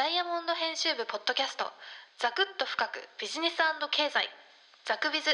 ダイヤモンド編集部ポッドキャスト、ザクッと深くビジネス&経済、ザクビズ。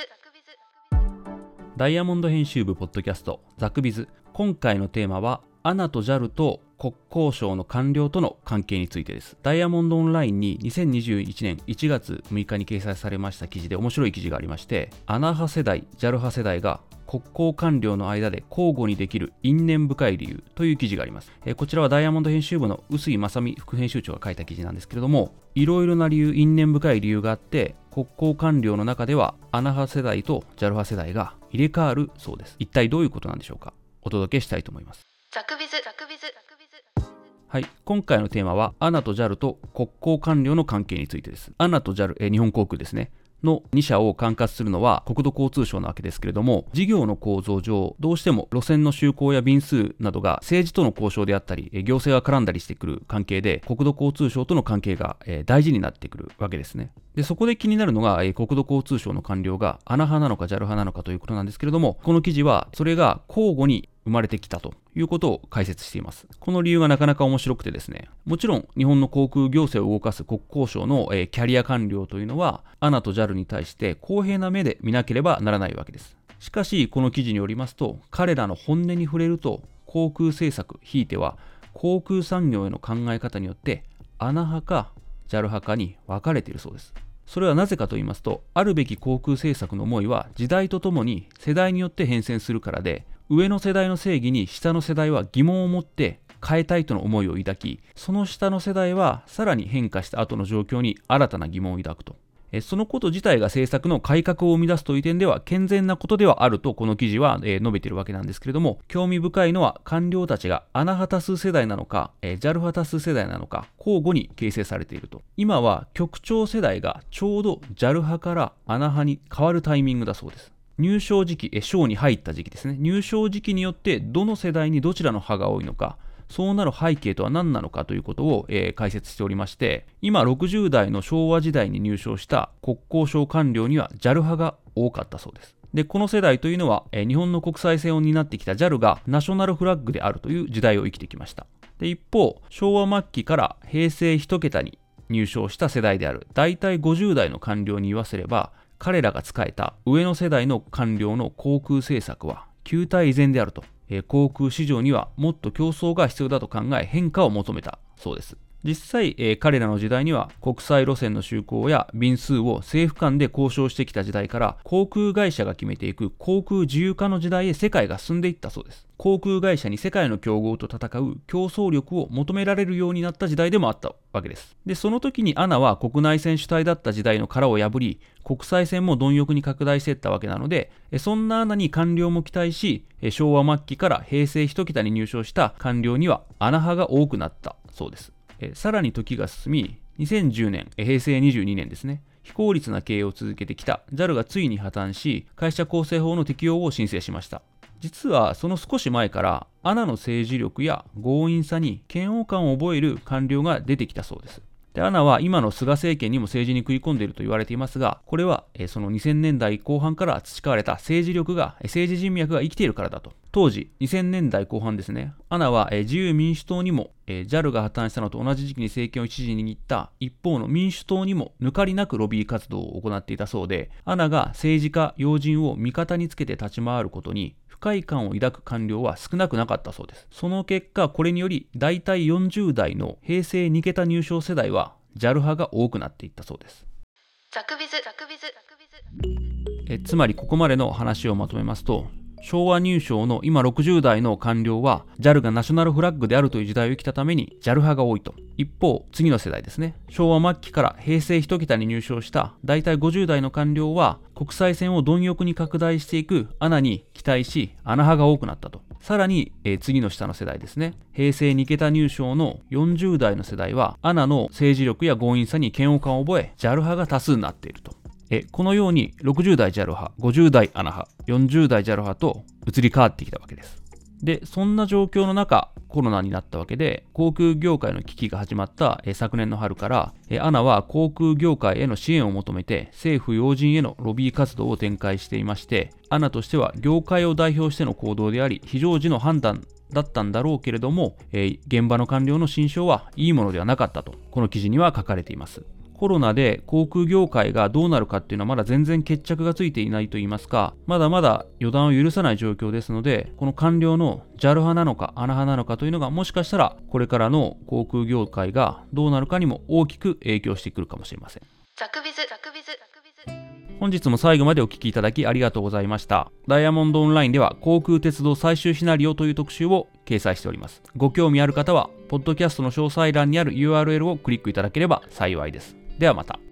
ダイヤモンド編集部ポッドキャスト、ザクビズ。今回のテーマはANAと JAL と国交省の官僚との関係についてです。ダイヤモンドオンラインに2021年1月6日に掲載されました記事で面白い記事がありまして、ANA派世代、JAL 派世代が国交官僚の間で交互にできる因縁深い理由という記事があります。こちらはダイヤモンド編集部の臼井正美副編集長が書いた記事なんですけれども、いろいろな理由、因縁深い理由があって、国交官僚の中ではANA派世代と JAL 派世代が入れ替わるそうです。一体どういうことなんでしょうか。お届けしたいと思います。 ザクビズ。 はい、今回のテーマはANAと JAL と国交官僚の関係についてです。ANAと JAL、日本航空ですね。の2社を管轄するのは国土交通省なわけですけれども、事業の構造上、どうしても路線の就航や便数などが政治との交渉であったり、行政が絡んだりしてくる関係で、国土交通省との関係が大事になってくるわけですね。で、そこで気になるのが、国土交通省の官僚がANA派なのか JAL 派なのかということなんですけれども、この記事はそれが交互に生まれてきたということを解説しています。この理由がなかなか面白くてですね、もちろん日本の航空行政を動かす国交省のキャリア官僚というのはANAと JAL に対して公平な目で見なければならないわけです。しかしこの記事によりますと、彼らの本音に触れると、航空政策、ひいては航空産業への考え方によってANA派か JAL 派かに分かれているそうです。それはなぜかと言いますと、あるべき航空政策の思いは時代とともに世代によって変遷するからで、上の世代の正義に下の世代は疑問を持って変えたいとの思いを抱き、その下の世代はさらに変化した後の状況に新たな疑問を抱くと。そのこと自体が政策の改革を生み出すという点では健全なことではあるとこの記事は述べているわけなんですけれども、興味深いのは官僚たちがANA派多数世代なのか JAL 派多数世代なのか交互に形成されていると。今は局長世代がちょうど JAL 派から ANA 派に変わるタイミングだそうです。入省時期、省に入った時期ですね。入省時期によってどの世代にどちらの派が多いのか、そうなる背景とは何なのかということを、解説しておりまして、今60代の昭和時代に入省した国交省官僚には JAL 派が多かったそうです。で、この世代というのは、日本の国際線を担ってきた JAL がナショナルフラッグであるという時代を生きてきました。で、一方、昭和末期から平成一桁に入省した世代である大体50代の官僚に言わせれば、彼らが仕えた上の世代の官僚の航空政策は旧態依然であると。航空市場にはもっと競争が必要だと考え変化を求めたそうです。実際、彼らの時代には国際路線の就航や便数を政府間で交渉してきた時代から、航空会社が決めていく航空自由化の時代へ世界が進んでいったそうです。航空会社に世界の競合と戦う競争力を求められるようになった時代でもあったわけです。で、その時にANAは国内線主体だった時代の殻を破り、国際線も貪欲に拡大していったわけなので、そんなANAに官僚も期待し、昭和末期から平成一桁に入省した官僚にはANA派が多くなったそうです。さらに時が進み、2010年、平成22年ですね、非効率な経営を続けてきた JAL がついに破綻し、会社構成法の適用を申請しました。実はその少し前からANAの政治力や強引さに嫌悪感を覚える官僚が出てきたそうです。で、ANAは今の菅政権にも政治に食い込んでいると言われていますが、これはその2000年代後半から培われた政治力が、政治人脈が生きているからだと。当時2000年代後半ですね、ANAは自由民主党にも JAL が破綻したのと同じ時期に政権を一時握った一方の民主党にも抜かりなくロビー活動を行っていたそうで、ANAが政治家要人を味方につけて立ち回ることに不快感を抱く官僚は少なくなかったそうです。その結果、これにより大体40代の平成2桁入省世代は JAL 派が多くなっていったそうです。 ザクビズ。 つまりここまでの話をまとめますと、昭和入省の今60代の官僚は JAL がナショナルフラッグであるという時代を生きたために JAL 派が多いと。一方、次の世代ですね、昭和末期から平成一桁に入省した大体50代の官僚は国際線を貪欲に拡大していくANAに期待し、ANA派が多くなったと。さらに、次の下の世代ですね、平成2桁入省の40代の世代はANAの政治力や強引さに嫌悪感を覚え JAL 派が多数になっていると。このように60代 JAL 派、50代ANA派、40代 JAL 派と移り変わってきたわけです。で、そんな状況の中、コロナになったわけで、航空業界の危機が始まった昨年の春から、ANAは航空業界への支援を求めて、政府要人へのロビー活動を展開していまして、ANAとしては業界を代表しての行動であり、非常時の判断だったんだろうけれども、現場の官僚の心証はいいものではなかったと、この記事には書かれています。コロナで航空業界がどうなるかっていうのはまだ全然決着がついていないと言いますか、まだまだ予断を許さない状況ですので、この官僚の JAL 派なのか ANA 派なのかというのが、もしかしたらこれからの航空業界がどうなるかにも大きく影響してくるかもしれません。 ザクビズ本日も最後までお聞きいただきありがとうございました。ダイヤモンドオンラインでは航空鉄道最終シナリオという特集を掲載しております。ご興味ある方はポッドキャストの詳細欄にある URL をクリックいただければ幸いです。ではまた。